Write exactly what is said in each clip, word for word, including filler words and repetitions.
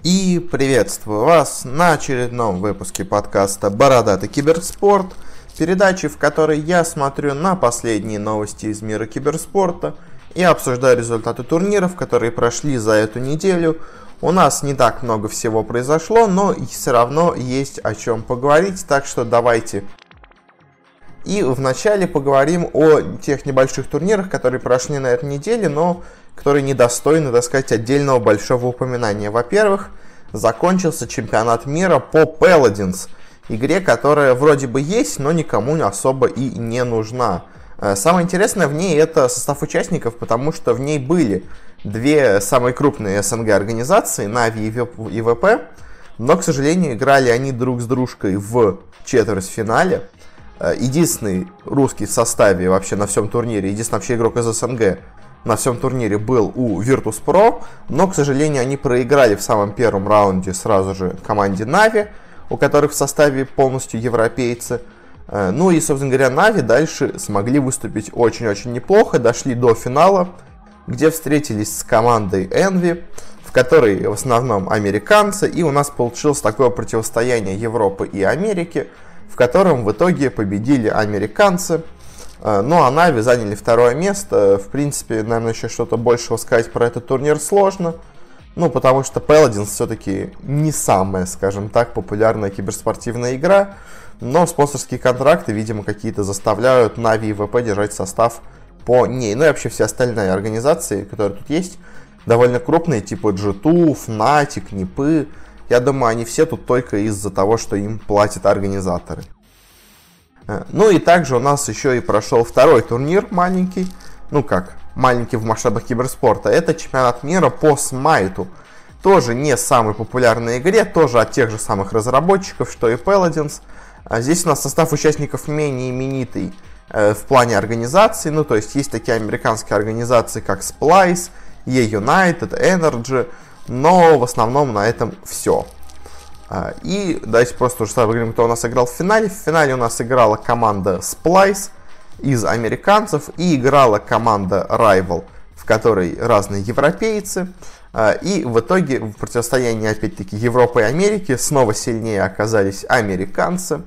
И приветствую вас на очередном выпуске подкаста «Бородатый киберспорт», передачи, в которой я смотрю на последние новости из мира киберспорта и обсуждаю результаты турниров, которые прошли за эту неделю. У нас не так много всего произошло, но и все равно есть о чем поговорить, так что давайте. И вначале поговорим о тех небольших турнирах, которые прошли на этой неделе, но которые недостойны, так сказать, отдельного большого упоминания. Во-первых, закончился чемпионат мира по Paladins, игре, которая вроде бы есть, но никому особо и не нужна. Самое интересное в ней это состав участников, потому что в ней были две самые крупные СНГ организации, Нави и вэ пэ, но, к сожалению, играли они друг с дружкой в четвертьфинале. Единственный русский в составе вообще на всем турнире, единственный вообще игрок из СНГ на всем турнире был у Virtus.pro, но, к сожалению, они проиграли в самом первом раунде сразу же команде Нави, у которых в составе полностью европейцы. Ну и, собственно говоря, Нави дальше смогли выступить очень-очень неплохо, дошли до финала, где встретились с командой Envy, в которой в основном американцы, и у нас получилось такое противостояние Европы и Америки, в котором в итоге победили американцы. Ну а Нави заняли второе место. В принципе, наверное, еще что-то большего сказать про этот турнир сложно. Ну, потому что Paladins все-таки не самая, скажем так, популярная киберспортивная игра. Но спонсорские контракты, видимо, какие-то заставляют Нави и вэ пэ держать состав по ней. Ну и вообще все остальные организации, которые тут есть, довольно крупные, типа джи ту, Fnatic, Нипы. Я думаю, они все тут только из-за того, что им платят организаторы. Ну и также у нас еще и прошел второй турнир маленький, ну как, маленький в масштабах киберспорта. Это чемпионат мира по Смайту. Тоже не самой популярной игре, тоже от тех же самых разработчиков, что и Paladins. Здесь у нас состав участников менее именитый э, в плане организации. Ну то есть есть такие американские организации, как Splice, E-United, Energy, но в основном на этом все. И давайте просто уже сразу поговорим, кто у нас играл в финале. В финале у нас играла команда Splice из американцев и играла команда Rival, в которой разные европейцы. И в итоге в противостоянии, опять-таки, Европы и Америки снова сильнее оказались американцы.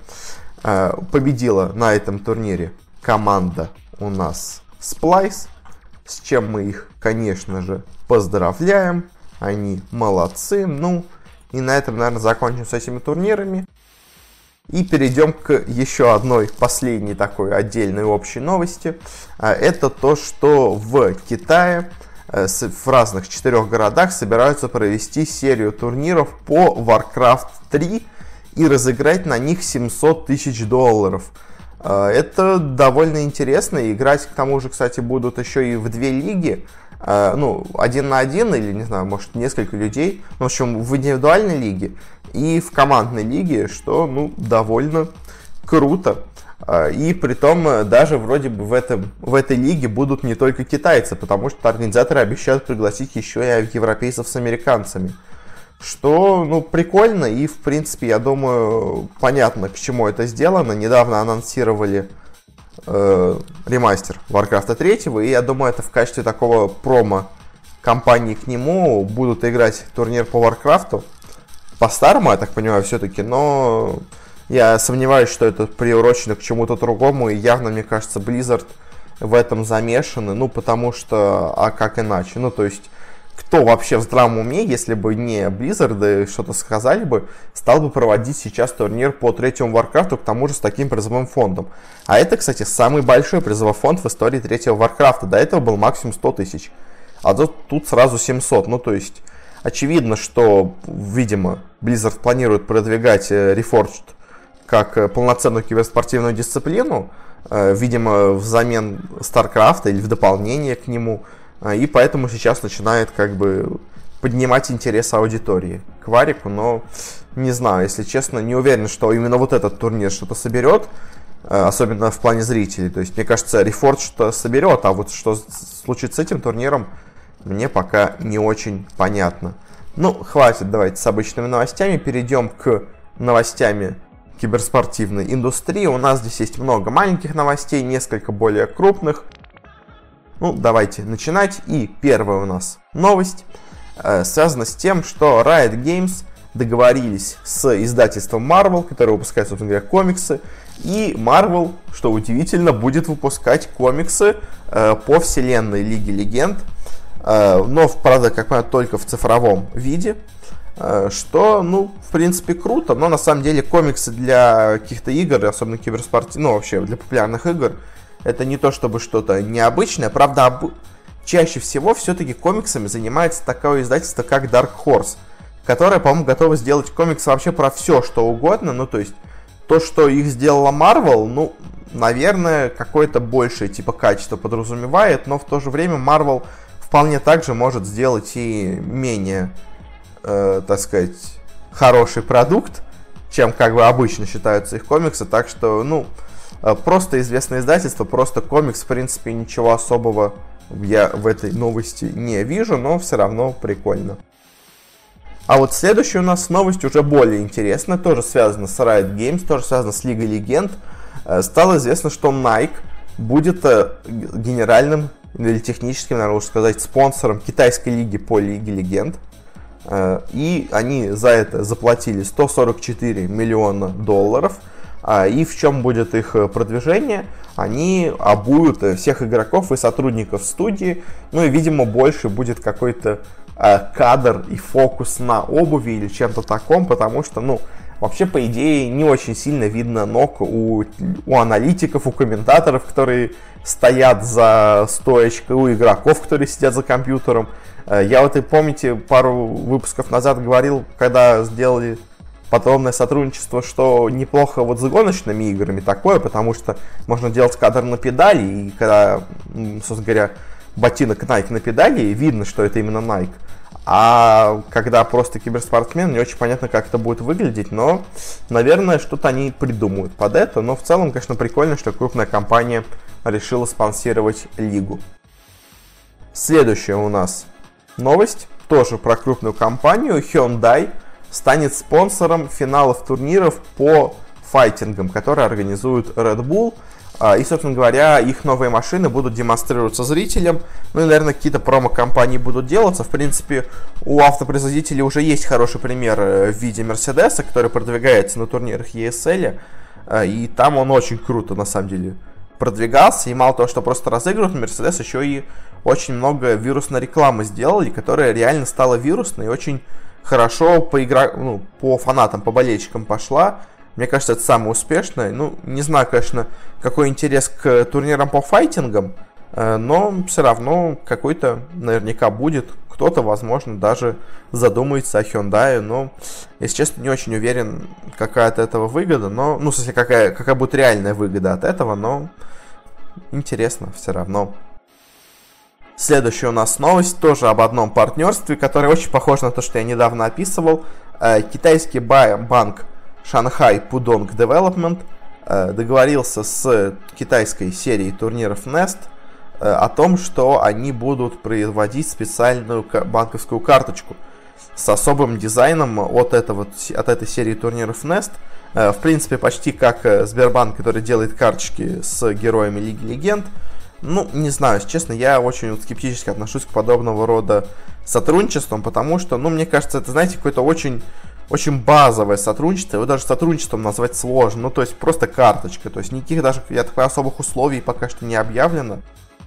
Победила на этом турнире команда у нас Splice, с чем мы их, конечно же, поздравляем. Они молодцы. Ну, и на этом, наверное, закончим с этими турнирами. И перейдем к еще одной последней такой отдельной общей новости. Это то, что в Китае в разных четырех городах собираются провести серию турниров по Warcraft три и разыграть на них семьсот тысяч долларов. Это довольно интересно. Играть, к тому же, кстати, будут еще и в две лиги. Ну, один на один или, не знаю, может, несколько людей. В общем, в индивидуальной лиге и в командной лиге, что, ну, довольно круто. И притом даже вроде бы в, этом, в этой лиге будут не только китайцы, потому что организаторы обещают пригласить еще и европейцев с американцами. Что, ну, прикольно и, в принципе, я думаю, понятно, к чему это сделано. Недавно анонсировали э, ремастер Warcraft три, и я думаю, это в качестве такого промо кампании к нему будут играть турнир по Warcraft. По-старому, я так понимаю, все-таки, но я сомневаюсь, что это приурочено к чему-то другому, и явно, мне кажется, Blizzard в этом замешаны, ну, потому что, а как иначе, ну, то есть, кто вообще в здравом уме, если бы не Blizzard, что-то сказали бы, стал бы проводить сейчас турнир по третьему Warcraft, к тому же с таким призовым фондом. А это, кстати, самый большой призовой фонд в истории третьего Warcraft, до этого был максимум сто тысяч, а тут, тут сразу семьсот, ну, то есть, очевидно, что, видимо, Blizzard планирует продвигать Reforged как полноценную киберспортивную дисциплину, видимо, взамен StarCraft или в дополнение к нему, и поэтому сейчас начинает как бы поднимать интерес аудитории к Варику, но не знаю, если честно, не уверен, что именно вот этот турнир что-то соберет, особенно в плане зрителей. То есть, мне кажется, Reforged что соберет, а вот что случится с этим турниром, мне пока не очень понятно. Ну, хватит, давайте с обычными новостями, перейдем к новостям киберспортивной индустрии. У нас здесь есть много маленьких новостей, несколько более крупных. Ну, давайте начинать. И первая у нас новость. э, связано с тем, что Riot Games договорились с издательством Marvel, которое выпускает, собственно говоря, комиксы, и Marvel, что удивительно, будет выпускать комиксы э, по вселенной Лиги Легенд, э, но, правда, как понятно, только в цифровом виде, э, что, ну, в принципе, круто, но на самом деле комиксы для каких-то игр, особенно киберспорте, ну, вообще для популярных игр, это не то чтобы что-то необычное, правда, об... чаще всего все-таки комиксами занимается такое издательство, как Dark Horse, которое, по-моему, готово сделать комиксы вообще про все, что угодно, ну, то есть, то, что их сделала Marvel, ну, наверное, какое-то большее типа качество подразумевает, но в то же время Marvel вполне также может сделать и менее, э, так сказать, хороший продукт, чем как бы обычно считаются их комиксы, так что, ну, просто известное издательство, просто комикс, в принципе, ничего особого я в этой новости не вижу, но все равно прикольно. А вот следующая у нас новость уже более интересная, тоже связана с Riot Games, тоже связана с Лигой Легенд. Стало известно, что Nike будет генеральным или техническим, наверное, лучше сказать, спонсором китайской лиги по Лиге Легенд. И они за это заплатили сто сорок четыре миллиона долларов. И в чем будет их продвижение? Они обуют всех игроков и сотрудников студии. Ну и, видимо, больше будет какой-то кадр и фокус на обуви или чем-то таком, потому что, ну, вообще, по идее, не очень сильно видно ног у, у аналитиков, у комментаторов, которые стоят за стоечкой, у игроков, которые сидят за компьютером. Я вот, и помните, пару выпусков назад говорил, когда сделали подобное сотрудничество, что неплохо вот с гоночными играми такое, потому что можно делать кадр на педали, и когда, собственно говоря, ботинок Nike на педали, видно, что это именно Nike. А когда просто киберспортсмен, не очень понятно, как это будет выглядеть, но, наверное, что-то они придумают под это. Но в целом, конечно, прикольно, что крупная компания решила спонсировать лигу. Следующая у нас новость, тоже про крупную компанию. Hyundai станет спонсором финалов турниров по файтингам, которые организует Red Bull. И, собственно говоря, их новые машины будут демонстрироваться зрителям. Ну и, наверное, какие-то промо-компании будут делаться. В принципе, у автопроизводителей уже есть хороший пример в виде Мерседеса, который продвигается на турнирах и эс эл. И там он очень круто, на самом деле, продвигался. И мало того, что просто разыгрывают, Мерседес еще и очень много вирусной рекламы сделали, которая реально стала вирусной и очень хорошо по, игра... ну, по фанатам, по болельщикам пошла. Мне кажется, это самое успешное. Ну, не знаю, конечно, какой интерес к турнирам по файтингам, но все равно какой-то наверняка будет. Кто-то, возможно, даже задумается о Hyundai, но, если честно, не очень уверен, какая от этого выгода. Но, ну, в смысле, какая, какая будет реальная выгода от этого, но интересно все равно. Следующая у нас новость тоже об одном партнерстве, которое очень похоже на то, что я недавно описывал. Китайский банк Shanghai Pudong Development э, договорился с китайской серией турниров Nest э, о том, что они будут производить специальную банковскую карточку с особым дизайном от, этого, от этой серии турниров Nest. Э, в принципе, почти как Сбербанк, который делает карточки с героями Лиги Легенд. Ну, не знаю, если честно, я очень вот скептически отношусь к подобного рода сотрудничествам, потому что, ну, мне кажется, это, знаете, какое-то очень... Очень базовое сотрудничество, его даже сотрудничеством назвать сложно, ну то есть просто карточка, то есть никаких даже, я такой, особых условий пока что не объявлено.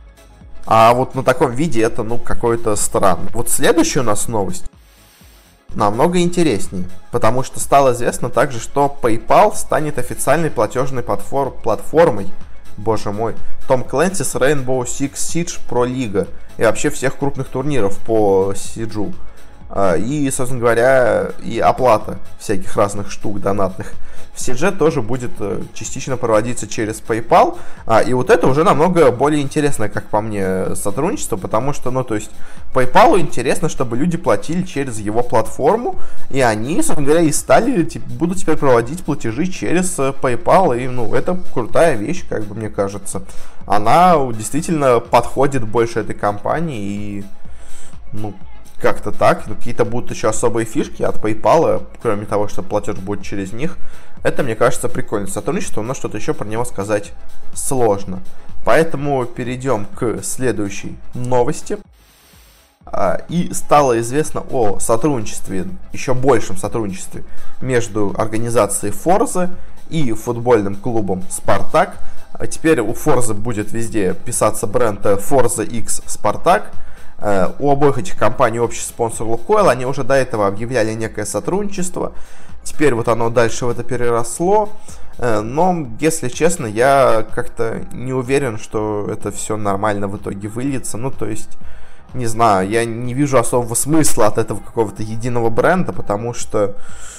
А вот на таком виде это, ну, какое-то странно. Вот следующая у нас новость намного интереснее, потому что стало известно также, что PayPal станет официальной платежной платформ- платформой, боже мой, Tom Clancy's Rainbow Six Siege Pro League и вообще всех крупных турниров по Сиджу. И, собственно говоря, и оплата всяких разных штук донатных в Сидже тоже будет частично проводиться через PayPal. И вот это уже намного более интересное, как по мне, сотрудничество, потому что, ну, то есть, PayPal интересно, чтобы люди платили через его платформу, и они, собственно говоря, и стали, типа, будут теперь проводить платежи через PayPal, и, ну, это крутая вещь, как бы, мне кажется. Она действительно подходит больше этой компании, и, ну, как-то так. Какие-то будут еще особые фишки от PayPal, кроме того, что платеж будет через них. Это, мне кажется, прикольное сотрудничество, но что-то еще про него сказать сложно. Поэтому перейдем к следующей новости. И стало известно о сотрудничестве, еще большем сотрудничестве между организацией Forza и футбольным клубом Спартак. Теперь у Forza будет везде писаться бренд Forza X Спартак. У обоих этих компаний общий спонсор Лукойл. Они уже до этого объявляли некое сотрудничество. Теперь вот оно дальше в это переросло. Но, если честно, я как-то не уверен, что это все нормально в итоге выльется. Ну, то есть, не знаю, я не вижу особого смысла от этого какого-то единого бренда, потому что,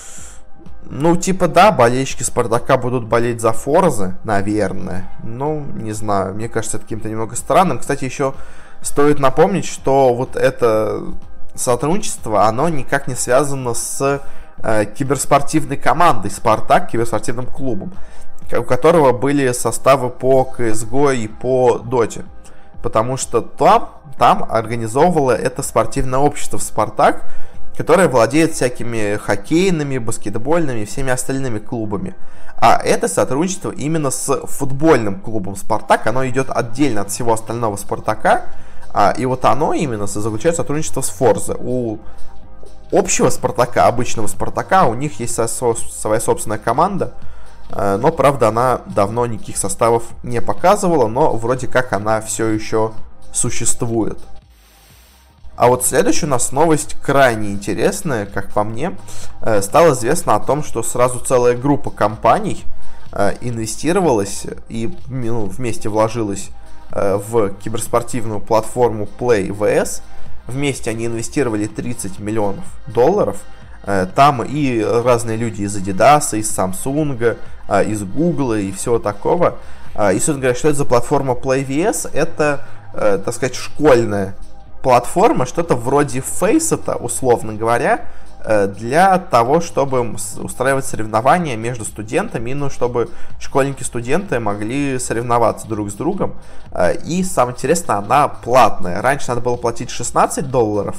ну, типа, да, болельщики Спартака будут болеть за Форзы, наверное. Ну, не знаю, мне кажется, это каким-то немного странным. Кстати, еще стоит напомнить, что вот это сотрудничество, оно никак не связано с э, киберспортивной командой Спартак, киберспортивным клубом, у которого были составы по си эс го и по Доте. Потому что там, там организовывало это спортивное общество Спартак, которое владеет всякими хоккейными, баскетбольными и всеми остальными клубами. А это сотрудничество именно с футбольным клубом Спартак, оно идет отдельно от всего остального Спартака, а, и вот оно именно заключает сотрудничество с Forza. У общего Спартака, обычного Спартака, у них есть своя собственная команда, но, правда, она давно никаких составов не показывала, но вроде как она все еще существует. А вот следующая у нас новость крайне интересная, как по мне. Стало известно о том, что сразу целая группа компаний инвестировалась и ну, вместе вложилась в киберспортивную платформу PlayVS. Вместе они инвестировали тридцать миллионов долларов. Там и разные люди из Adidas, из Samsung, из Google и всего такого. И, собственно говоря, что это за платформа PlayVS? Это, так сказать, школьная платформа, что-то вроде Faceit, условно говоря, для того, чтобы устраивать соревнования между студентами, ну, чтобы школьники-студенты могли соревноваться друг с другом. И, самое интересное, она платная. Раньше надо было платить шестнадцать долларов,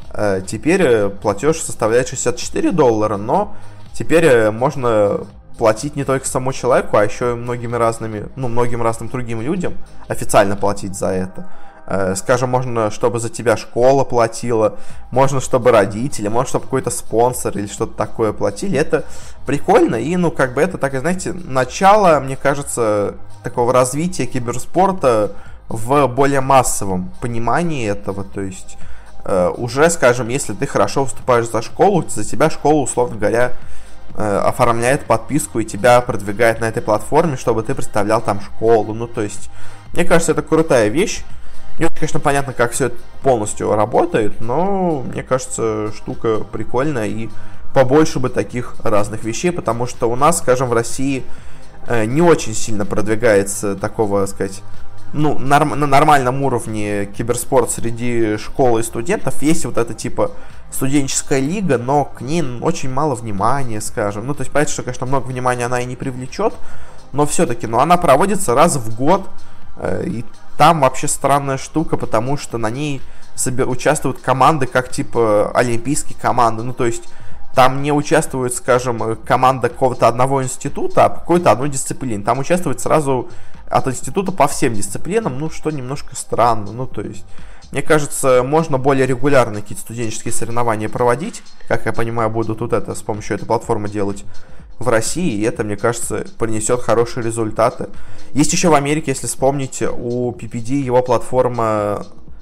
теперь платеж составляет шестьдесят четыре доллара, но теперь можно платить не только самому человеку, а еще и многими разными, ну, многим разным другим людям официально платить за это. Скажем, можно, чтобы за тебя школа платила, можно, чтобы родители, можно, чтобы какой-то спонсор или что-то такое платили. Это прикольно, и, ну, как бы это, так и, знаете, начало, мне кажется, такого развития киберспорта в более массовом понимании этого, то есть э, уже, скажем, если ты хорошо выступаешь за школу, за тебя школа, условно говоря, э, оформляет подписку и тебя продвигает на этой платформе, чтобы ты представлял там школу, ну, то есть, мне кажется, это крутая вещь. Не очень, конечно, понятно, как все это полностью работает, но мне кажется, штука прикольная, и побольше бы таких разных вещей, потому что у нас, скажем, в России не очень сильно продвигается такого, так сказать, ну, норм- на нормальном уровне киберспорт среди школ и студентов. Есть вот эта типа студенческая лига, но к ней очень мало внимания, скажем. Ну, то есть, понятно, что, конечно, много внимания она и не привлечет, но все-таки, но она проводится раз в год, и там вообще странная штука, потому что на ней себе участвуют команды, как типа олимпийские команды. Ну, то есть, там не участвует, скажем, команда какого-то одного института, а какой-то одной дисциплины. Там участвует сразу от института по всем дисциплинам, ну, что немножко странно. Ну, то есть, мне кажется, можно более регулярно какие-то студенческие соревнования проводить. Как я понимаю, будут вот это с помощью этой платформы делать в России, и это, мне кажется, принесет хорошие результаты. Есть еще в Америке, если вспомнить, у пи пи ди его платформа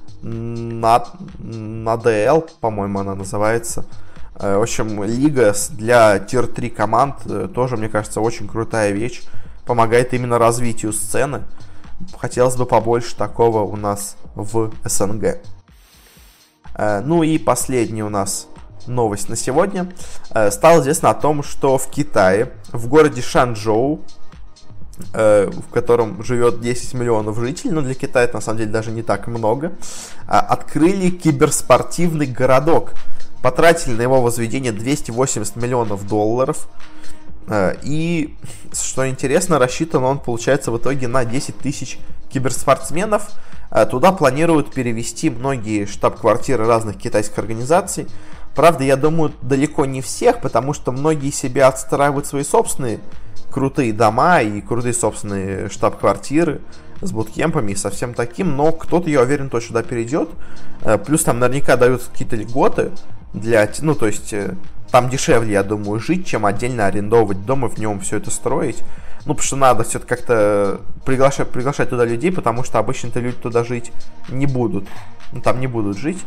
на ди эл, по-моему, она называется. В общем, лига для тир три команд тоже, мне кажется, очень крутая вещь. Помогает именно развитию сцены. Хотелось бы побольше такого у нас в эс эн гэ. Ну и последний у нас новость на сегодня. Стало известно о том, что в Китае, в городе Шанчжоу, в котором живет десять миллионов жителей, но для Китая это на самом деле даже не так много, открыли киберспортивный городок. Потратили на его возведение двести восемьдесят миллионов долларов. И, что интересно, рассчитан он, получается, в итоге на десять тысяч киберспортсменов. Туда планируют перевести многие штаб-квартиры разных китайских организаций. Правда, я думаю, далеко не всех, потому что многие себе отстраивают свои собственные крутые дома и крутые собственные штаб-квартиры. с буткемпами и со всем таким, но кто-то, я уверен, точно туда перейдет. Плюс там наверняка дают какие-то льготы для, ну, то есть, там дешевле, я думаю, жить, чем отдельно арендовать дом и в нем все это строить. Ну, потому что надо все-таки как-то приглашать, приглашать туда людей, потому что обычно-то люди туда жить не будут. Ну, там не будут жить.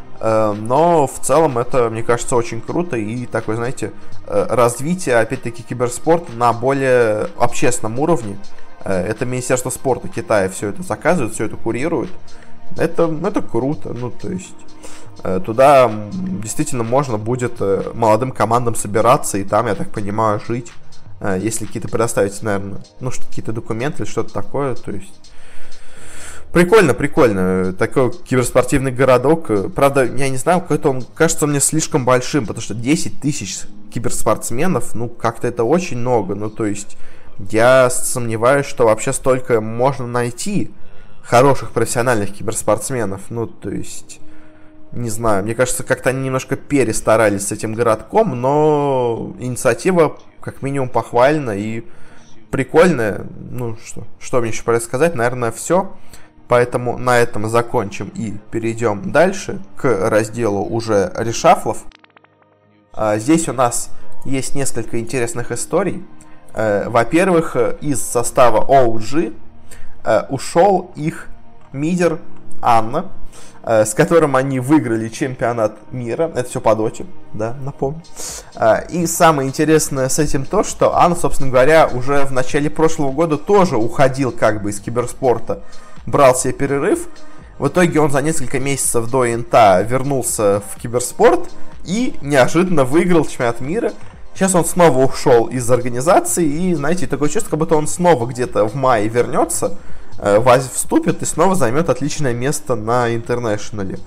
Но в целом это, мне кажется, очень круто. И такое, знаете, развитие, опять-таки, киберспорта на более общественном уровне. Это Министерство спорта Китая все это заказывает, все это курирует. Это, это круто. Ну, то есть, туда действительно можно будет молодым командам собираться и там, я так понимаю, жить. Если какие-то предоставить, наверное, ну, что какие-то документы или что-то такое, то есть... Прикольно, прикольно. Такой киберспортивный городок. Правда, я не знаю, какой-то он кажется мне слишком большим, потому что десять тысяч киберспортсменов, ну, как-то это очень много. Ну, то есть, я сомневаюсь, что вообще столько можно найти хороших профессиональных киберспортсменов. Ну, то есть... Не знаю, мне кажется, как-то они немножко перестарались с этим городком, но инициатива как минимум похвальна и прикольная. Ну, что, что мне еще про это сказать? Наверное, все. Поэтому на этом закончим и перейдем дальше к разделу уже решафлов. Здесь у нас есть несколько интересных историй. Во-первых, из состава о джи ушел их мидер Анна, с которым они выиграли чемпионат мира. Это все по доте, да, напомню. И самое интересное с этим то, что Анна, собственно говоря, уже в начале прошлого года тоже уходил как бы из киберспорта, брал себе перерыв. В итоге он за несколько месяцев до Инта вернулся в киберспорт и неожиданно выиграл чемпионат мира. Сейчас он снова ушел из организации и, знаете, такое чувство, как будто он снова где-то в мае вернется, вступит и снова займет отличное место на интернешнале.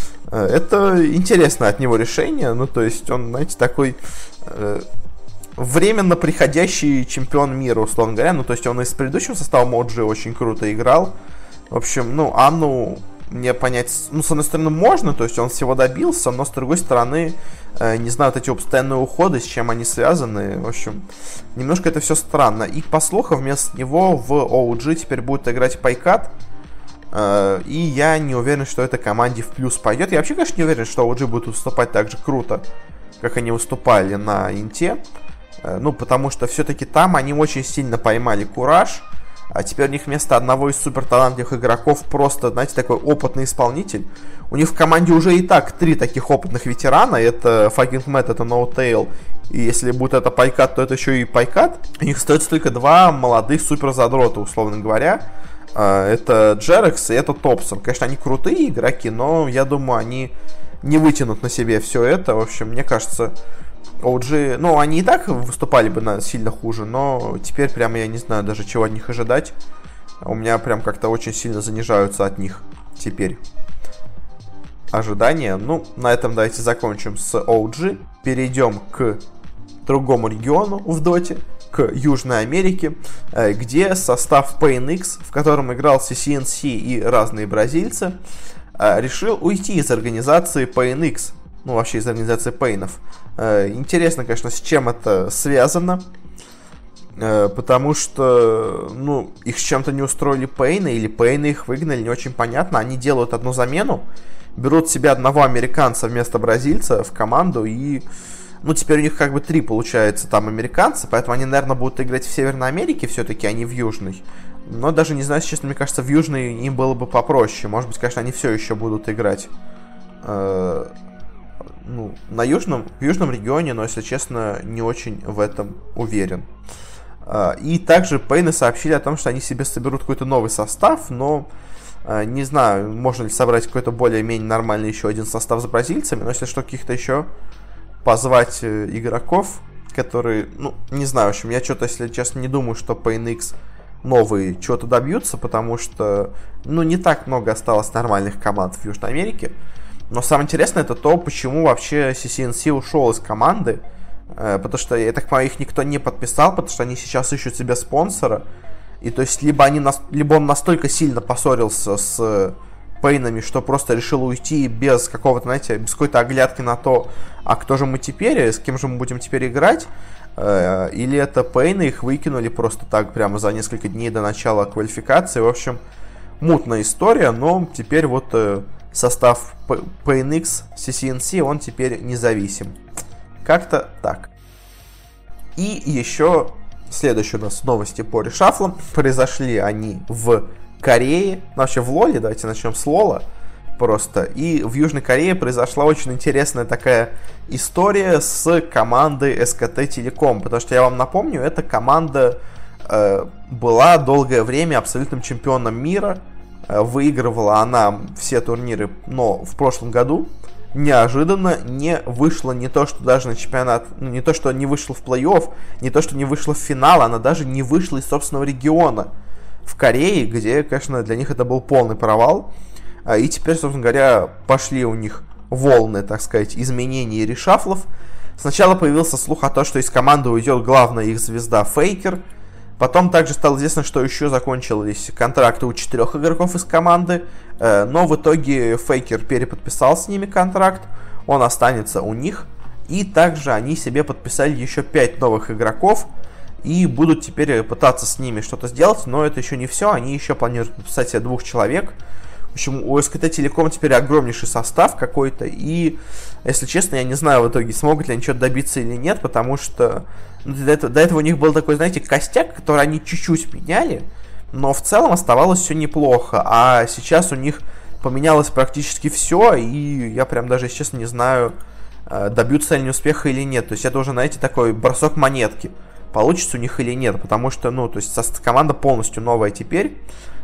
Это интересное от него решение. Ну, то есть, он, знаете, такой э, временно приходящий чемпион мира, условно говоря. Ну, то есть, он из предыдущего состава о джи очень круто играл. В общем, ну, Анну мне понять, ну, с одной стороны, можно, то есть, он всего добился, но, с другой стороны, э, не знаю, вот эти постоянные уходы, с чем они связаны, в общем, немножко это все странно. И, по слухам, вместо него в о джи теперь будет играть Пайкат, э, и я не уверен, что этой команде в плюс пойдет. Я вообще, конечно, не уверен, что о джи будет выступать так же круто, как они выступали на Инте, э, ну, потому что все-таки там они очень сильно поймали кураж. А теперь у них вместо одного из суперталантливых игроков просто, знаете, такой опытный исполнитель. У них в команде уже и так три таких опытных ветерана. Это Fucking Mad, это No Tail. И если будет это Пайкат, то это еще и Пайкат. У них остается только два молодых суперзадрота, условно говоря. Это Джерекс и это Топсон. Конечно, они крутые игроки, но я думаю, они не вытянут на себе все это. В общем, мне кажется... о джи, ну, они и так выступали бы на сильно хуже, но теперь прямо я не знаю даже, чего от них ожидать. У меня прям как-то очень сильно занижаются от них теперь ожидания. Ну, на этом давайте закончим с о джи. Перейдем к другому региону в доте, к Южной Америке, где состав пейникс, в котором играл си си эн си и разные бразильцы, решил уйти из организации пейникс. Ну, вообще из организации пейнов. Интересно, конечно, с чем это связано. Потому что, ну, их с чем-то не устроили пейны, или пейны их выгнали, не очень понятно. Они делают одну замену, берут себе одного американца вместо бразильца в команду, и, ну, теперь у них как бы три, получается, там американцы, поэтому они, наверное, будут играть в Северной Америке все-таки, а не в Южной. Но даже не знаю, честно, мне кажется, в Южной им было бы попроще. Может быть, конечно, они все еще будут играть ну, на южном, в южном регионе, но, если честно, не очень в этом уверен. И также пейны сообщили о том, что они себе соберут какой-то новый состав, но не знаю, можно ли собрать какой-то более-менее нормальный еще один состав с бразильцами, но если что, каких-то еще позвать игроков, которые, ну, не знаю, в общем, я что-то, если честно, не думаю, что пейникс новые чего-то добьются, потому что, ну, не так много осталось нормальных команд в Южной Америке. Но самое интересное это то, почему вообще си си эн си ушел из команды. Э, потому что, я так понимаю, их никто не подписал, потому что они сейчас ищут себе спонсора. И то есть, либо, они, либо он настолько сильно поссорился с Пейнами, что просто решил уйти без какого-то, знаете, без какой-то оглядки на то, а кто же мы теперь, с кем же мы будем теперь играть, или это Пейны их выкинули просто так, прямо за несколько дней до начала квалификации. В общем, мутная история, но теперь вот состав PainX си си эн си, он теперь независим. Как-то так. И еще следующие у нас новости по решафлам. Произошли они в Корее, ну, вообще в Лоле, давайте начнем с Лола просто. И в Южной Корее произошла очень интересная такая история с командой эс ка тэ Telecom, потому что я вам напомню, эта команда э, была долгое время абсолютным чемпионом мира, э, выигрывала она все турниры, но в прошлом году неожиданно не вышла не то, что даже на чемпионат, ну, не то, что не вышла в плей-офф, не то, что не вышла в финал, она даже не вышла из собственного региона в Корее, где, конечно, для них это был полный провал. И теперь, собственно говоря, пошли у них волны, так сказать, изменений и решафлов. Сначала появился слух о том, что из команды уйдет главная их звезда Фейкер. Потом также стало известно, что еще закончились контракты у четырех игроков из команды. Но в итоге Фейкер переподписал с ними контракт. Он останется у них. И также они себе подписали еще пять новых игроков. И будут теперь пытаться с ними что-то сделать. Но это еще не все. Они еще планируют подписать себе двух человек. В общем, у эс ка тэ Telecom теперь огромнейший состав какой-то. И, если честно, я не знаю в итоге, смогут ли они что-то добиться или нет. Потому что ну, до, этого, до этого у них был такой, знаете, костяк, который они чуть-чуть меняли. Но в целом оставалось все неплохо. А сейчас у них поменялось практически все. И я прям даже, если честно, не знаю, добьются ли они успеха или нет. То есть это уже, знаете, такой бросок монетки. Получится у них или нет. Потому что, ну, то есть команда полностью новая теперь.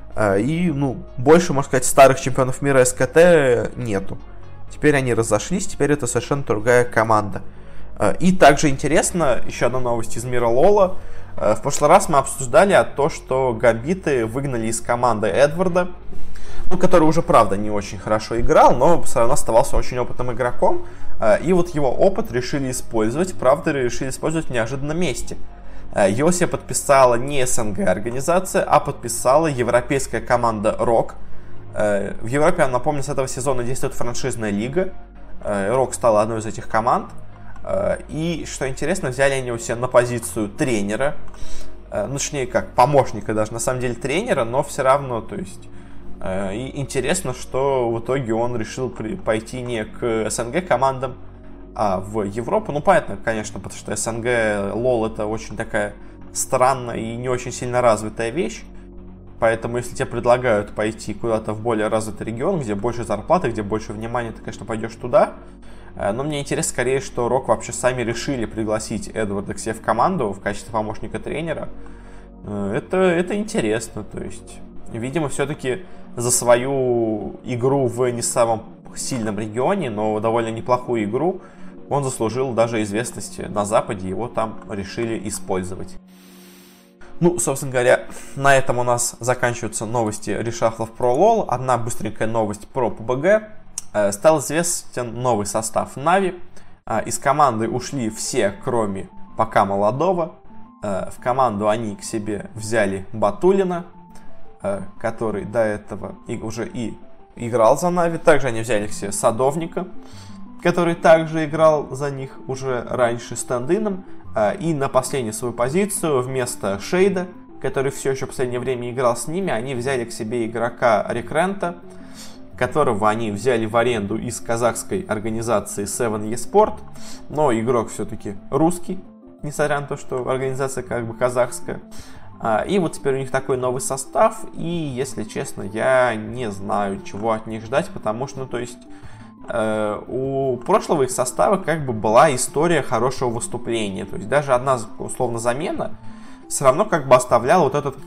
И, ну, больше, можно сказать, старых чемпионов мира эс ка тэ нету. Теперь они разошлись, теперь это совершенно другая команда. И также интересно, еще одна новость из мира Лола. В прошлый раз мы обсуждали то, что гамбиты выгнали из команды Эдварда, ну, который уже, правда, не очень хорошо играл, но все равно оставался очень опытным игроком. И вот его опыт решили использовать, правда, решили использовать в неожиданном месте. Его себе подписала не эс эн гэ организация, а подписала европейская команда рок. В Европе, я напомню, с этого сезона действует франшизная лига. рок стала одной из этих команд. И, что интересно, взяли они его себе на позицию тренера. Ну, точнее, как помощника даже, на самом деле тренера, но все равно, то есть... И интересно, что в итоге он решил пойти не к эс эн гэ командам, а в Европу. Ну, понятно, конечно, потому что эс эн гэ, лол это очень такая странная и не очень сильно развитая вещь. Поэтому, если тебе предлагают пойти куда-то в более развитый регион, где больше зарплаты, где больше внимания, ты, конечно, пойдешь туда. Но мне интересно скорее, что рок вообще сами решили пригласить Эдварда к себе в команду в качестве помощника тренера. Это, это интересно, то есть... Видимо, все-таки за свою игру в не самом сильном регионе, но довольно неплохую игру, он заслужил даже известности на Западе, его там решили использовать. Ну, собственно говоря, на этом у нас заканчиваются новости решафлов про лол. Одна быстренькая новость про пэ бэ гэ. Стал известен новый состав Нави. Из команды ушли все, кроме пока молодого. В команду они к себе взяли Батулина, который до этого уже и играл за Нави. Также они взяли к себе Садовника, который также играл за них уже раньше стенд-ином. И на последнюю свою позицию вместо Шейда, который все еще в последнее время играл с ними, они взяли к себе игрока Рекрента, которого они взяли в аренду из казахской организации Seven eSport. Но игрок все-таки русский, несмотря на то, что организация как бы казахская. И вот теперь у них такой новый состав, и, если честно, я не знаю, чего от них ждать, потому что, ну, то есть, э, у прошлого их состава как бы была история хорошего выступления, то есть даже одна, условно, замена все равно как бы оставляла вот этот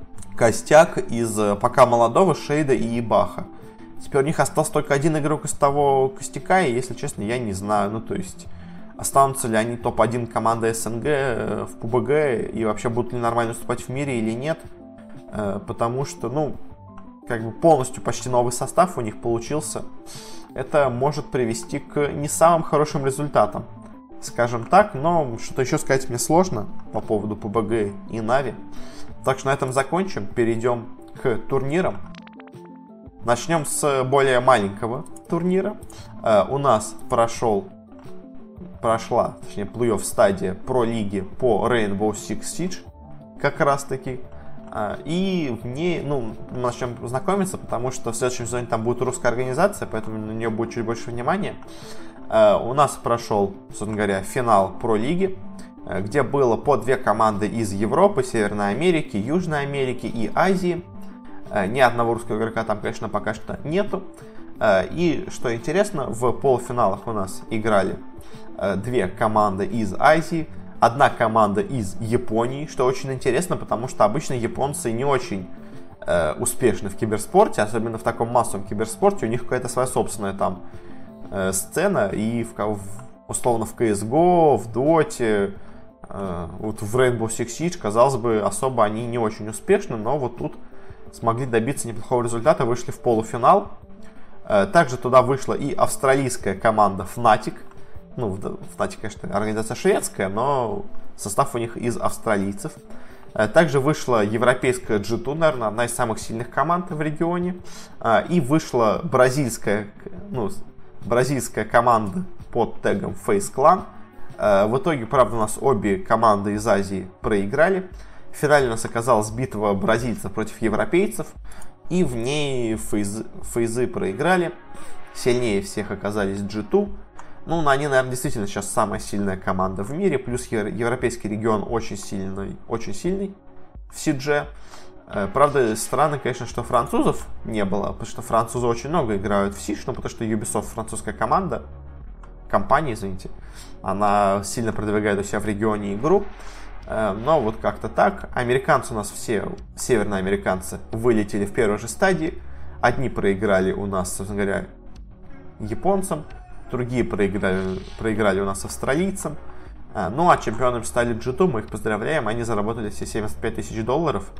костяк из пока молодого Шейда и Ебаха. Теперь у них остался только один игрок из того костяка, и, если честно, я не знаю, ну, то есть... Останутся ли они топ один команды эс эн гэ в пэ бэ гэ и вообще будут ли нормально выступать в мире или нет. Потому что, ну, как бы полностью почти новый состав у них получился. Это может привести к не самым хорошим результатам, скажем так. Но что-то еще сказать мне сложно по поводу пэ бэ гэ и Нави. Так что на этом закончим. Перейдем к турнирам. Начнем с более маленького турнира. У нас прошел, прошла, точнее, плей-офф стадия про-лиги по Rainbow Six Siege, как раз таки. И в ней, ну, мы начнем знакомиться, потому что в следующем сезоне там будет русская организация, поэтому на нее будет чуть больше внимания. У нас прошел, собственно говоря, финал про-лиги, где было по две команды из Европы, Северной Америки, Южной Америки и Азии. Ни одного русского игрока там, конечно, пока что нету. И, что интересно, в полуфиналах у нас играли две команды из Азии, одна команда из Японии, что очень интересно, потому что обычно японцы не очень э, успешны в киберспорте, особенно в таком массовом киберспорте. У них какая-то своя собственная там э, сцена, и в, в, условно в си эс го, в Доте, э, вот в Rainbow Six Siege, казалось бы, особо они не очень успешны, но вот тут смогли добиться неплохого результата, вышли в полуфинал. Э, также туда вышла и австралийская команда Fnatic. Ну, Fnatic, конечно, организация шведская, но состав у них из австралийцев. Также вышла европейская джи ту, наверное, одна из самых сильных команд в регионе. И вышла бразильская, ну, бразильская команда под тегом Face Clan. В итоге, правда, у нас обе команды из Азии проиграли. В финале у нас оказалась битва бразильцев против европейцев. И в ней фейзы, фейзы проиграли. Сильнее всех оказались джи ту. Ну, они, наверное, действительно сейчас самая сильная команда в мире. Плюс европейский регион очень сильный, очень сильный в си джи. Правда, странно, конечно, что французов не было, потому что французы очень много играют в Сиш, ну, потому что Ubisoft, французская команда, компания, извините, она сильно продвигает у себя в регионе игру. Но вот как-то так. Американцы у нас все, северные американцы, вылетели в первой же стадии. Одни проиграли у нас, собственно говоря, японцам. Другие проиграли, проиграли у нас австралийцам. Ну а чемпионами стали джи ту, мы их поздравляем. Они заработали все семьдесят пять тысяч долларов.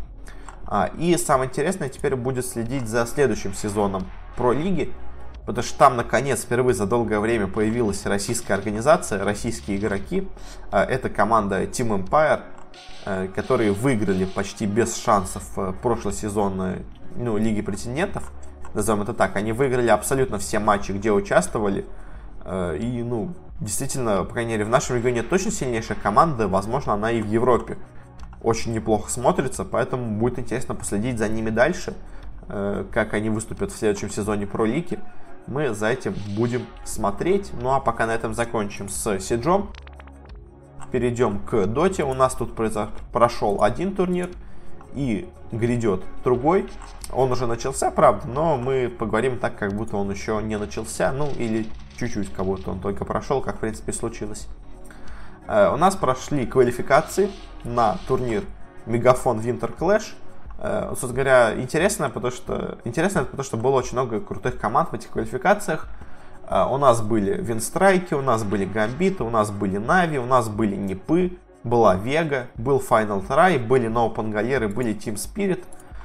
И самое интересное теперь будет следить за следующим сезоном про-лиги. Потому что там, наконец, впервые за долгое время появилась российская организация, российские игроки. Это команда Team Empire, которые выиграли почти без шансов прошлый сезон, ну, Лиги претендентов. Назовем это так. Они выиграли абсолютно все матчи, где участвовали. И, ну, действительно, по крайней мере, в нашем регионе точно сильнейшая команда. Возможно, она и в Европе очень неплохо смотрится. Поэтому будет интересно последить за ними дальше. Как они выступят в следующем сезоне про-лиги. Мы за этим будем смотреть. Ну, а пока на этом закончим с Сиджом. Перейдем к Доте. У нас тут прошел один турнир. И грядет другой. Он уже начался, правда, но мы поговорим так, как будто он еще не начался. Ну, или чуть-чуть, как будто он только прошел, как, в принципе, случилось. Э, у нас прошли квалификации на турнир Мегафон Winter Clash. Э, собственно говоря, интересно, потому что, интересно, потому что было очень много крутых команд в этих квалификациях. Э, у нас были Винстрайки, у нас были Гамбиты, у нас были Нави, у нас были Нипы. Была Вега, был Final Try, были Ноупангалеры, были Team Spirit.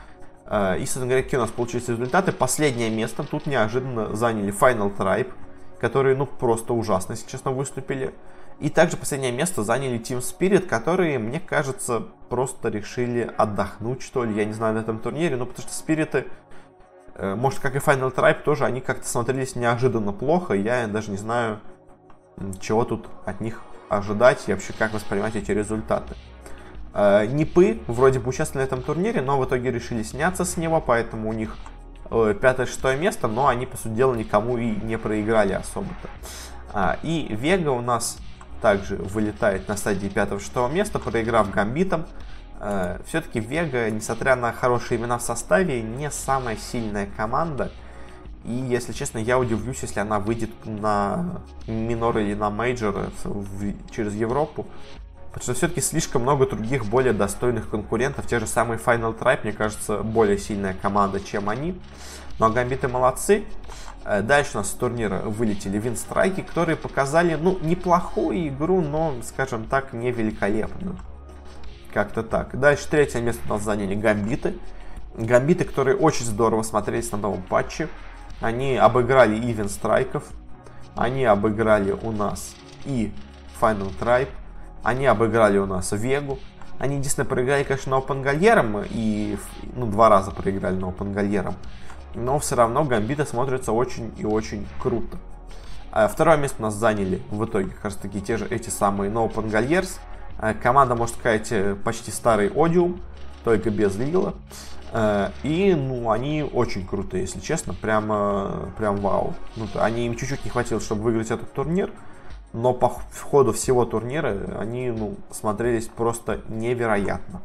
И, собственно говоря, какие у нас получились результаты. Последнее место тут неожиданно заняли Final Tribe, которые, ну, просто ужасно, если честно, выступили. И также последнее место заняли Team Spirit, которые, мне кажется, просто решили отдохнуть, что ли, я не знаю, на этом турнире. Ну, потому что Спириты, может, как и Final Tribe, тоже они как-то смотрелись неожиданно плохо. Я даже не знаю, чего тут от них ожидать и вообще как воспринимать эти результаты. Э, Нипы вроде бы участвовали на этом турнире, но в итоге решили сняться с него, поэтому у них э, пятое-шестое место, но они, по сути дела, никому и не проиграли особо-то. А, и Вега у нас также вылетает на стадии пятого-шестого места, проиграв Гамбитом. Э, все-таки Вега, несмотря на хорошие имена в составе, не самая сильная команда. И, если честно, я удивлюсь, если она выйдет на минор или на мейджор через Европу. Потому что все-таки слишком много других более достойных конкурентов. Те же самые Final Tribe, мне кажется, более сильная команда, чем они. Но Гамбиты молодцы. Дальше у нас с турнира вылетели Винстрайки, которые показали, ну, неплохую игру, но, скажем так, не великолепную. Как-то так. Дальше третье место у нас заняли Гамбиты. Гамбиты, которые очень здорово смотрелись на новом патче. Они обыграли и Винстрайков, они обыграли у нас и Final Tribe, они обыграли у нас Вегу. Они единственное проиграли, конечно, Ноупангалерам, и, ну, два раза проиграли Ноупангалерам. но все равно гамбиты смотрятся очень и очень круто. А второе место у нас заняли в итоге как раз таки те же эти самые No Pangoliers. Команда, можно сказать, почти старый Одиум, только без Лила. И, ну, они очень крутые, если честно, прям, прям вау. Ну, они им чуть-чуть не хватило, чтобы выиграть этот турнир, но по ходу всего турнира они, ну, смотрелись просто невероятно.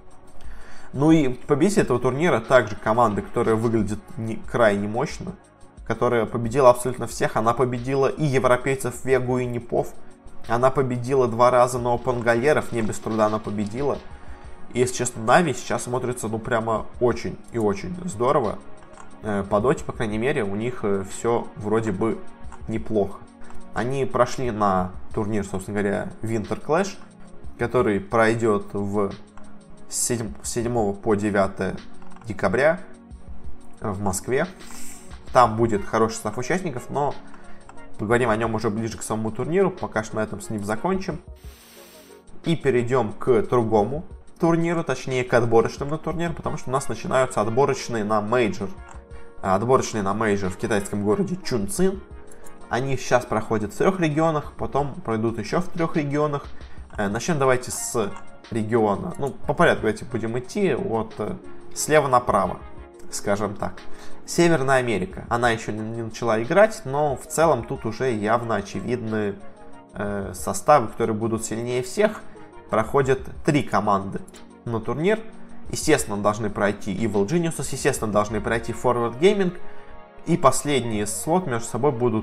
Ну и победитель этого турнира также команда, которая выглядит не, крайне мощно, которая победила абсолютно всех. Она победила и европейцев Вегу, и Непов. Она победила два раза No Pangoliers, не без труда она победила. И, если честно, Нави сейчас смотрится, ну, прямо очень и очень здорово. По доте, по крайней мере, у них все вроде бы неплохо. Они прошли на турнир, собственно говоря, Winter Clash, который пройдет в с седьмого по девятое декабря в Москве. Там будет хороший состав участников, но поговорим о нем уже ближе к самому турниру. Пока что на этом с ним закончим. И перейдем к другому турниру, точнее к отборочным на турнир, потому что у нас начинаются отборочные на мейджор. Отборочные на мейджор в китайском городе Чунцин. Они сейчас проходят в трех регионах, потом пройдут еще в трех регионах. Начнем давайте с региона. Ну, по порядку давайте будем идти от слева направо, скажем так. Северная Америка. Она еще не начала играть, но в целом тут уже явно очевидны э, составы, которые будут сильнее всех. Проходят три команды на турнир. Естественно, должны пройти Evil Geniuses, естественно, должны пройти Forward Gaming. И последний слот между собой будут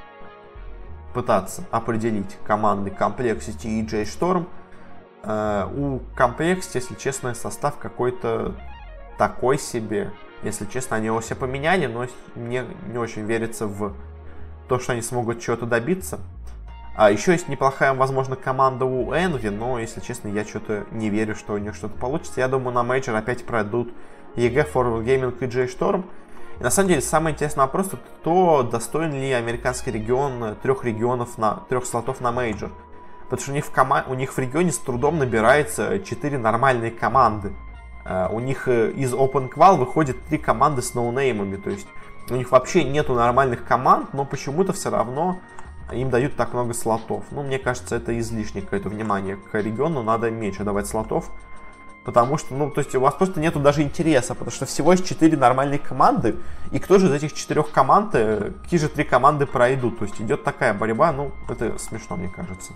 пытаться определить команды Complexity и J-Storm. Uh, у Complexity, если честно, состав какой-то такой себе. Если честно, они его все поменяли, но мне не очень верится в то, что они смогут чего-то добиться. А еще есть неплохая, возможно, команда у Envy, но, если честно, я что-то не верю, что у них что-то получится. Я думаю, на мейджор опять пройдут и джи, Forward Gaming и J-Storm. И на самом деле, самый интересный вопрос, это то, достоин ли американский регион трех регионов на трех слотов на мейджор. Потому что у них, в кома... у них в регионе с трудом набирается четыре нормальные команды. Uh, у них uh, из Open Qual выходит три команды с ноунеймами. То есть у них вообще нету нормальных команд, но почему-то все равно им дают так много слотов. Ну, мне кажется, это излишнее какое-то внимание к региону. Надо меньше давать слотов. Потому что, ну, то есть у вас просто нету даже интереса. Потому что всего есть четыре нормальные команды. И кто же из этих четырех команд, какие же три команды пройдут? То есть идет такая борьба. Ну, это смешно, мне кажется.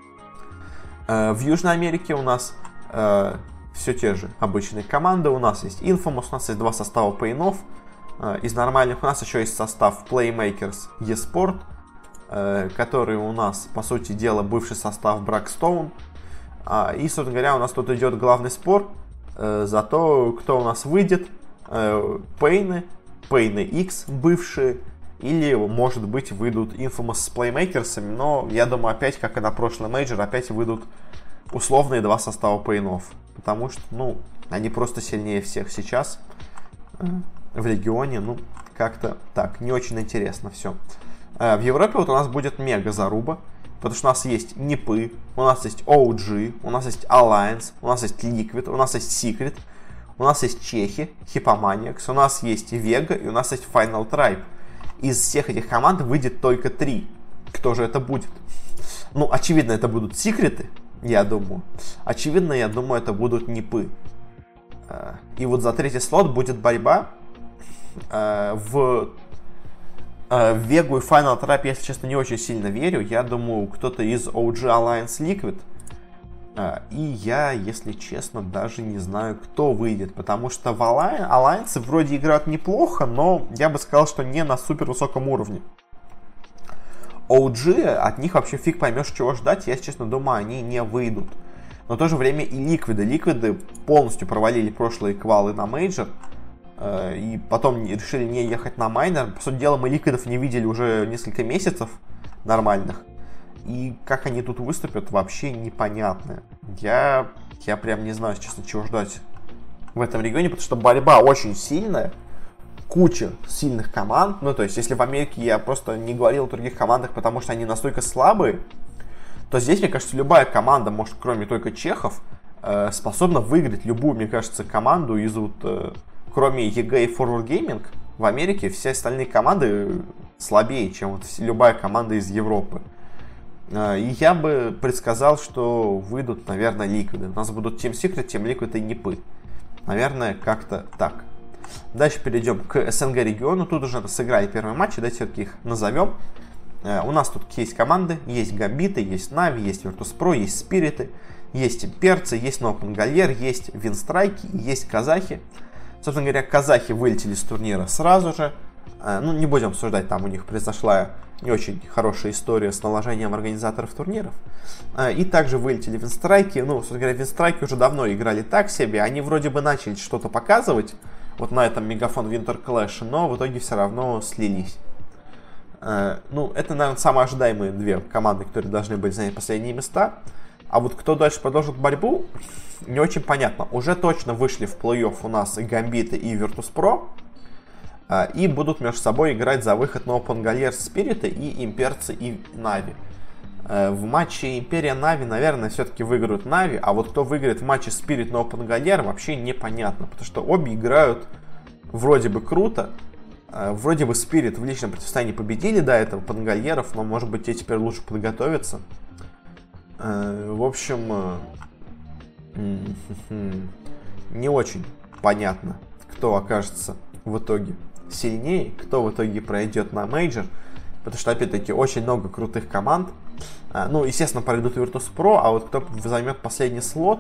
В Южной Америке у нас э, все те же обычные команды. У нас есть Infamous, у нас есть два состава Pain-Off. Э, из нормальных у нас еще есть состав Playmakers eSport, э, который у нас, по сути дела, бывший состав Бракстоун. Э, и, собственно говоря, у нас тут идет главный спор э, за то, кто у нас выйдет. Э, Пейны, Пейны X бывшие. Или, может быть, выйдут Infamous с Playmakers, но я думаю, опять, как и на прошлый мейджор, опять выйдут условные два состава Pain-Off. Потому что, ну, они просто сильнее всех сейчас в регионе. Ну, как-то так, не очень интересно все. В Европе вот у нас будет мега заруба, потому что у нас есть Непы, у нас есть о джи, у нас есть Alliance, у нас есть Liquid, у нас есть Secret, у нас есть Чехи, Hippomaniacs, у нас есть Vega и у нас есть Final Tribe. Из всех этих команд выйдет только три. Кто же это будет? Ну, очевидно, это будут секреты, я думаю. Очевидно, я думаю, это будут Непы. И вот за третий слот будет борьба. В Вегу и Final Trap, я, если честно, не очень сильно верю. Я думаю, кто-то из о джи Alliance Liquid. И я, если честно, даже не знаю, кто выйдет. Потому что в Alliance вроде играют неплохо, но я бы сказал, что не на супер высоком уровне. о джи, от них вообще фиг поймешь, чего ждать. Я, если честно, думаю, они не выйдут. Но в то же время и Ликвиды. Ликвиды полностью провалили прошлые квалы на мейджор. И потом решили не ехать на майнер. По сути дела, мы Ликвидов не видели уже несколько месяцев нормальных. И как они тут выступят, вообще непонятно. Я, я прям не знаю, честно, чего ждать в этом регионе, потому что борьба очень сильная. Куча сильных команд. Ну, то есть, если в Америке я просто не говорил о других командах, потому что они настолько слабые, то здесь, мне кажется, любая команда, может, кроме только чехов, э, способна выиграть любую, мне кажется, команду из вот, э, кроме и джи и Forward Gaming, в Америке все остальные команды слабее, чем вот любая команда из Европы. И я бы предсказал, что выйдут, наверное, Liquid. У нас будут Team Secret, Team Liquid и Нипы. Наверное, как-то так. Дальше перейдем к СНГ региону. Тут уже сыграли первые матчи, давайте все-таки их назовем. У нас тут есть команды, есть Гамбиты, есть Нави, есть Virtus.pro, есть Спириты, есть Имперцы, есть Нопенгалер, есть Винстрайки, есть Казахи. Собственно говоря, казахи вылетели с турнира сразу же. Ну, не будем обсуждать, там у них произошла не очень хорошая история с наложением организаторов турниров. И также вылетели Винстрайки. Ну, собственно говоря, Винстрайки уже давно играли так себе. Они вроде бы начали что-то показывать вот на этом Мегафон Winter Clash, но в итоге все равно слились. Ну, это, наверное, самые ожидаемые две команды, которые должны были занять последние места. А вот кто дальше продолжит борьбу, не очень понятно. Уже точно вышли в плей-офф у нас и Гамбиты, и Virtus.pro. И будут между собой играть за выход на Нопенгалер, Спириты и Имперцы и Нави. В матче Империя Нави, наверное, все-таки выиграют Нави. А вот кто выиграет в матче Спирит на Нопенгалер, вообще непонятно. Потому что обе играют вроде бы круто. Вроде бы Спирит в личном противостоянии победили до этого Пангальеров, но может быть те теперь лучше подготовятся. В общем, не очень понятно, кто окажется в итоге сильнее, кто в итоге пройдет на мейджор, потому что, опять-таки, очень много крутых команд. Ну, естественно, пройдут Virtus.pro, а вот кто займет последний слот,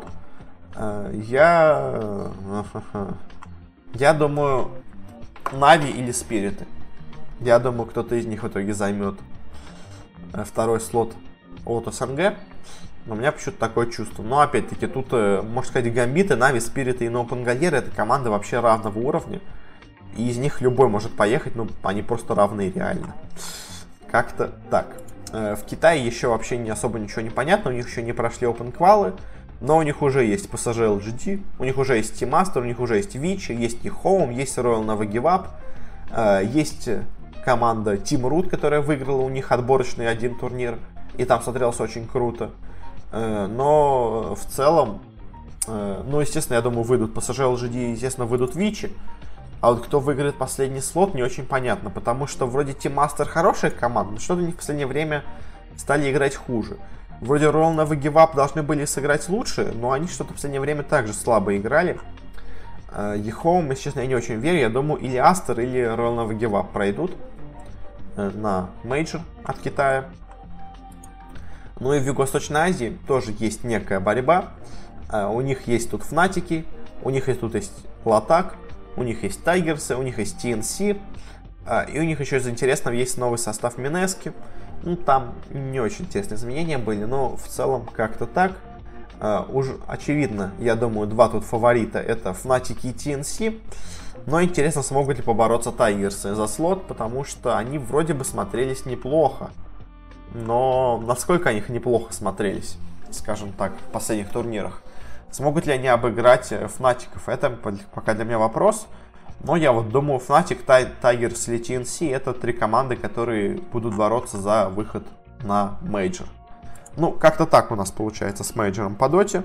я... Я думаю, Нави или Спириты. Я думаю, кто-то из них в итоге займет второй слот от СНГ. Но у меня почему-то такое чувство. Но, опять-таки, тут, можно сказать, Гамбиты, Нави, Спириты и Нопенгалер — это команды вообще равного уровня. И из них любой может поехать, ну, они просто равны реально. Как-то так. В Китае еще вообще не особо ничего не понятно, у них еще не прошли опен-квалы, но у них уже есть пи эс джи эл джи ди, у них уже есть Team Master, у них уже есть Вичи, есть Nihome, есть Royal Never Give Up, есть команда Team Root, которая выиграла у них отборочный один турнир, и там смотрелось очень круто. Но в целом, ну, естественно, я думаю, выйдут пи эс джи эл джи ди, естественно, выйдут Вичи. А вот кто выиграет последний слот, не очень понятно, потому что вроде Team Master хорошая команда, но что-то они в последнее время стали играть хуже. Вроде Royal Never Give Up должны были сыграть лучше, но они что-то в последнее время также слабо играли. Nihome, если честно, я не очень верю, я думаю, или Aster, или Royal Never Give Up пройдут на мейджор от Китая. Ну и в Юго-Восточной Азии тоже есть некая борьба. У них есть тут Фнатики, у них тут есть Латак, у них есть Тайгерсы, у них есть ти эн си, и у них еще из интересного есть новый состав Минески. Ну, там не очень интересные изменения были, но в целом как-то так. Уже очевидно, я думаю, два тут фаворита — это Фнатики и ти эн си. Но интересно, смогут ли побороться Тайгерсы за слот, потому что они вроде бы смотрелись неплохо. Но насколько они неплохо смотрелись, скажем так, в последних турнирах? Смогут ли они обыграть Фнатиков? Это пока для меня вопрос. Но я вот думаю, Фнатик, Тайгерс или ти эн си — это три команды, которые будут бороться за выход на мейджор. Ну, как-то так у нас получается с мейджором по доте.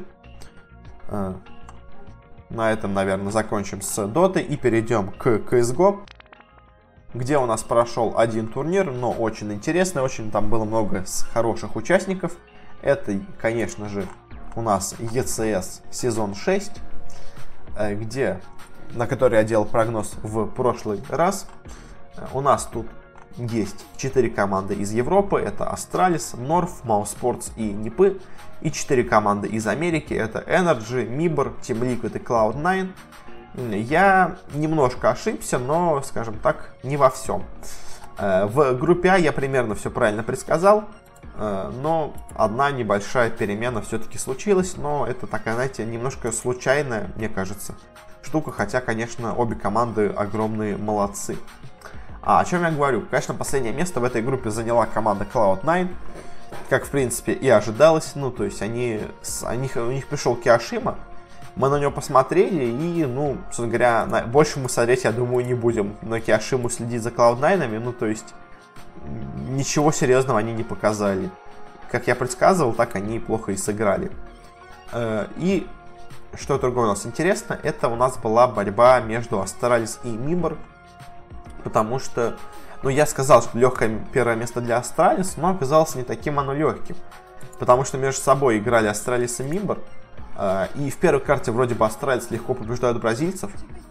На этом, наверное, закончим с дотой и перейдем к си эс го, где у нас прошел один турнир, но очень интересный, очень там было много хороших участников. Это, конечно же, у нас и си эс сезон шесть, где, на который я делал прогноз в прошлый раз. У нас тут есть четыре команды из Европы. Это Astralis, North, Mousesports и Нипы. И четыре команды из Америки. Это Energy, Mibor, Team Liquid и клауд найн. Я немножко ошибся, но, скажем так, не во всем. В группе А я примерно все правильно предсказал. Но одна небольшая перемена все-таки случилась, но это такая, знаете, немножко случайная, мне кажется, штука, хотя, конечно, обе команды огромные молодцы. А о чем я говорю? Конечно, последнее место в этой группе заняла команда клауд найн, как, в принципе, и ожидалось. Ну, то есть, они, они, у них пришел Киошима, мы на него посмотрели, и, ну, собственно говоря, на, больше мы смотреть, я думаю, не будем на Киошиму следить за клауд найнами, ну, то есть, ничего серьезного они не показали. Как я предсказывал, так они плохо и сыграли. И что другое у нас интересно, это у нас была борьба между Astralis и Mibor. потому что, ну, я сказал, что легкое первое место для Астралис, но оказалось не таким оно легким, потому что между собой играли Астралис и Мибор, и в первой карте вроде бы Астралис легко побеждают бразильцев,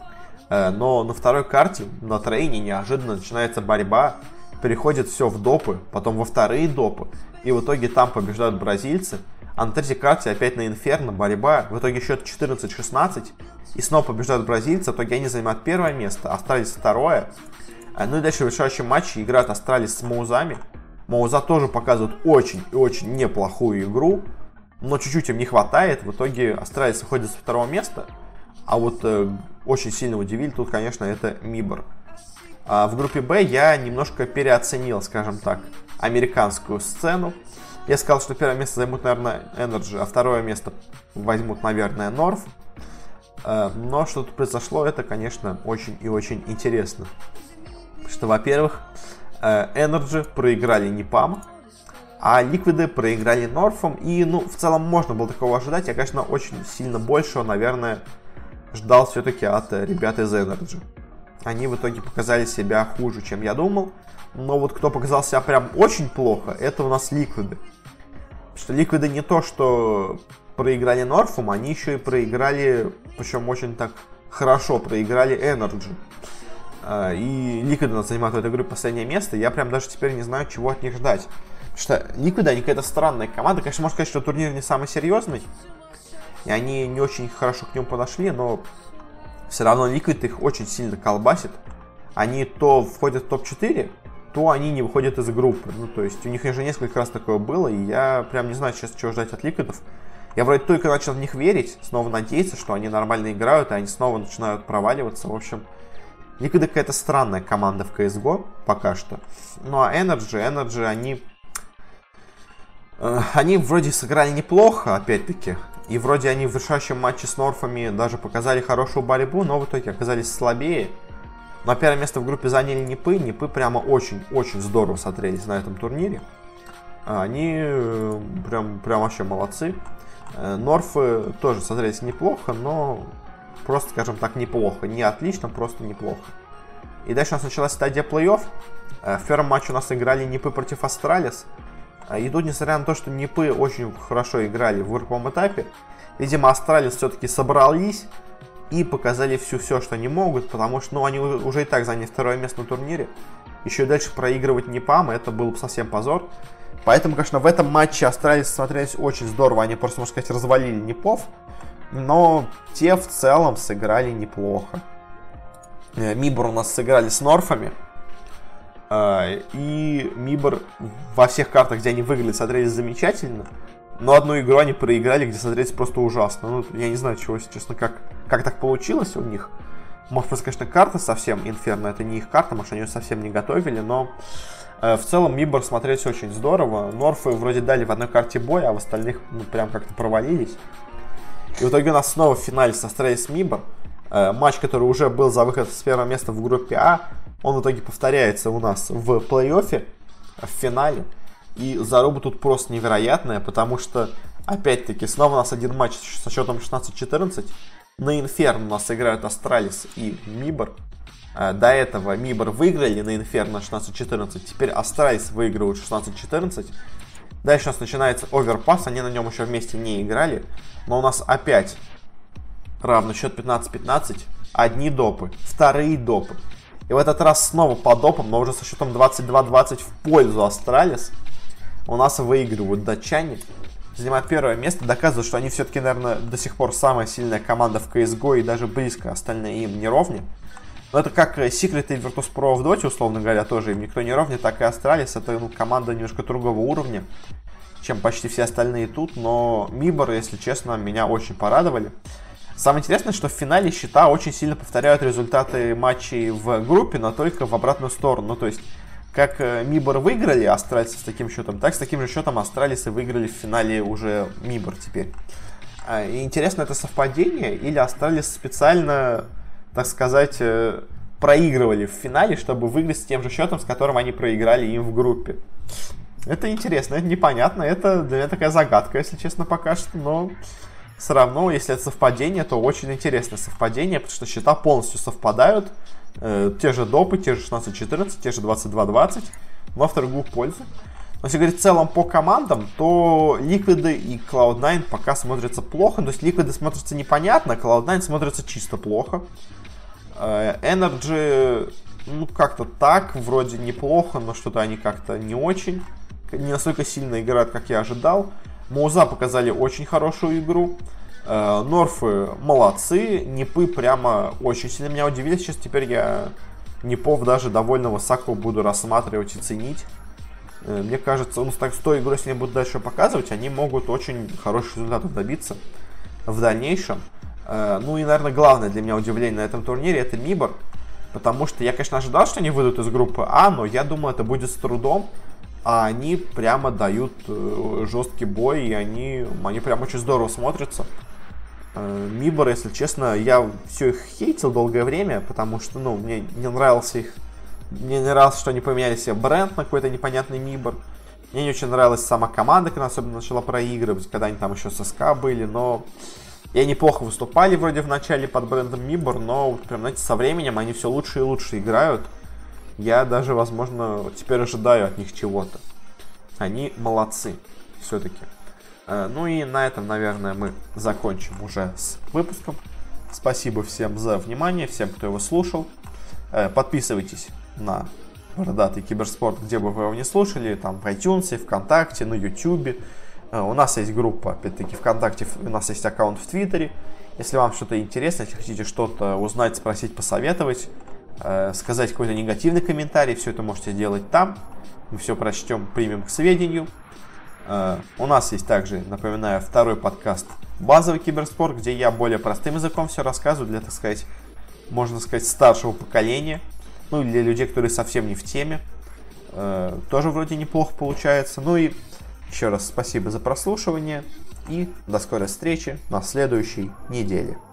но на второй карте, на трейне, неожиданно начинается борьба, переходит все в допы, потом во вторые допы, и в итоге там побеждают бразильцы. А на третьей карте опять на Инферно борьба, в итоге счет четырнадцать шестнадцать, и снова побеждают бразильцы, в итоге они занимают первое место, Астралис второе. Ну и дальше в решающем матче играют Астралис с Маузами. Мауза тоже показывают очень и очень неплохую игру, но чуть-чуть им не хватает, в итоге Астралис выходит со второго места, а вот э, очень сильно удивили тут, конечно, это Мибор. А в группе Б я немножко переоценил, скажем так, американскую сцену. Я сказал, что первое место займут, наверное, Energy, а второе место возьмут, наверное, North. Но что тут произошло, это, конечно, очень и очень интересно. Что, во-первых, Energy проиграли Нипам, а Ликвиды проиграли Норфом. И, ну, в целом можно было такого ожидать. Я, конечно, очень сильно большего, наверное, ждал все-таки от ребят из Energy. Они в итоге показали себя хуже, чем я думал. Но вот кто показал себя прям очень плохо, это у нас Ликвиды. Потому что Ликвиды не то, что проиграли Норфом, они еще и проиграли, причем очень так хорошо проиграли Energy. И Ликвиды занимают в этой группе последнее место. Я прям даже теперь не знаю, чего от них ждать. Потому что Ликвиды, они какая-то странная команда. Конечно, можно сказать, что турнир не самый серьезный. И они не очень хорошо к нему подошли, но все равно Ликвид их очень сильно колбасит. Они то входят в топ четыре, то они не выходят из группы. Ну, то есть у них уже несколько раз такое было, и я прям не знаю сейчас, чего ждать от Ликвидов. Я вроде только начал в них верить, снова надеяться, что они нормально играют, и они снова начинают проваливаться. В общем, Ликвиды какая-то странная команда в си эс го пока что. Ну а Energy, Energy, они... Э, они вроде сыграли неплохо, опять-таки. И вроде они в решающем матче с Норфами даже показали хорошую борьбу, но в итоге оказались слабее. Но первое место в группе заняли Нипы. Нипы прямо очень-очень здорово смотрелись на этом турнире. Они прям, прям вообще молодцы. Норфы тоже смотрелись неплохо, но просто, скажем так, неплохо. Не отлично, просто неплохо. И дальше у нас началась стадия плей-офф. В первом матче у нас играли Нипы против Астралис. И тут, несмотря на то, что Нипы очень хорошо играли в групповом этапе, видимо, Астралис все-таки собрались и показали всю все, что они могут, потому что, ну, они уже и так заняли второе место на турнире. Еще и дальше проигрывать Нипам, это был бы совсем позор. Поэтому, конечно, в этом матче Астралис смотрелись очень здорово. Они просто, можно сказать, развалили Нипов, но те в целом сыграли неплохо. Мибор у нас сыграли с Норфами. И Мибор во всех картах, где они выиграли, смотрелись замечательно. Но одну игру они проиграли, где смотрелись просто ужасно. Ну, я не знаю, чего, если честно, как, как так получилось у них. Может, просто, конечно, карта совсем Инферно, это не их карта, может, они ее совсем не готовили, но э, в целом Мибор смотрелись очень здорово. Норфы вроде дали в одной карте бой, а в остальных, ну, прям как-то провалились. И в итоге у нас снова в финале состоялись Мибор. Э, матч, который уже был за выход с первого места в группе А, он в итоге повторяется у нас в плей-оффе, в финале. И заруба тут просто невероятная, потому что, опять-таки, снова у нас один матч со счетом шестнадцать четырнадцать. На Инферно у нас играют Астралис и Мибор. До этого Мибор выиграли на Инферно шестнадцать четырнадцать. Теперь Астралис выигрывают шестнадцать четырнадцать. Дальше у нас начинается оверпасс. Они на нем еще вместе не играли. Но у нас опять равный счет пятнадцать пятнадцать. Одни допы, вторые допы. И в этот раз снова по допам, но уже со счетом двадцать два двадцать в пользу Астралис. У нас выигрывают датчане. Занимают первое место, доказывают, что они все-таки, наверное, до сих пор самая сильная команда в си эс го и даже близко остальные им не ровня. Но это как Secret и Virtus.pro в Доте, условно говоря, тоже им никто не ровня, так и Астралис. Это, ну, команда немножко другого уровня, чем почти все остальные тут. Но Мибор, если честно, меня очень порадовали. Самое интересное, что в финале счета очень сильно повторяют результаты матчей в группе, но только в обратную сторону. Ну, то есть, как Мибор выиграли Астралисы с таким счетом, так с таким же счетом Астралисы выиграли в финале уже Мибор теперь. И интересно, это совпадение или Астралис специально, так сказать, проигрывали в финале, чтобы выиграть с тем же счетом, с которым они проиграли им в группе. Это интересно, это непонятно, это для меня такая загадка, если честно, пока что, но все равно, если это совпадение, то очень интересное совпадение, потому что счета полностью совпадают. Э, те же допы, те же шестнадцать четырнадцать, те же двадцать два двадцать во вторую пользу. Но если говорить в целом по командам, то Ликвиды и клауд найн пока смотрятся плохо. То есть Ликвиды смотрятся непонятно, клауд найн смотрится чисто плохо. Energy, ну, как-то так, вроде неплохо, но что-то они как-то не очень. Не настолько сильно играют, как я ожидал. Моуза показали очень хорошую игру. Норфы молодцы. Нипы прямо очень сильно меня удивили. Сейчас теперь я Нипов даже довольно высоко буду рассматривать и ценить. Мне кажется, ну, с той игрой, если они будут дальше показывать, они могут очень хороших результатов добиться в дальнейшем. Ну и, наверное, главное для меня удивление на этом турнире — это Мибор. Потому что я, конечно, ожидал, что они выйдут из группы А, но я думаю, это будет с трудом. А они прямо дают жесткий бой, и они, они прям очень здорово смотрятся. Мибор, если честно, я все их хейтил долгое время, потому что, ну, мне не нравился их... Мне не нравилось, что они поменяли себе бренд на какой-то непонятный Мибор. Мне не очень нравилась сама команда, когда она особенно начала проигрывать, когда они там еще с СК были, но... И они плохо выступали вроде в начале под брендом Мибор, но прям, знаете, со временем они все лучше и лучше играют. Я даже, возможно, теперь ожидаю от них чего-то. Они молодцы, все-таки. Ну и на этом, наверное, мы закончим уже с выпуском. Спасибо всем за внимание, всем, кто его слушал. Подписывайтесь на Бородатый Киберспорт, где бы вы его не слушали, там в iTunes, ВКонтакте, на YouTube. У нас есть группа, опять-таки, ВКонтакте, у нас есть аккаунт в Твиттере. Если вам что-то интересно, если хотите что-то узнать, спросить, посоветовать, э, сказать какой-то негативный комментарий, все это можете делать там. Мы все прочтем, примем к сведению. Э, у нас есть также, напоминаю, второй подкаст «Базовый киберспорт», где я более простым языком все рассказываю для, так сказать, можно сказать, старшего поколения. Ну, для людей, которые совсем не в теме. Э, тоже вроде неплохо получается. Ну и еще раз спасибо за прослушивание и до скорой встречи на следующей неделе.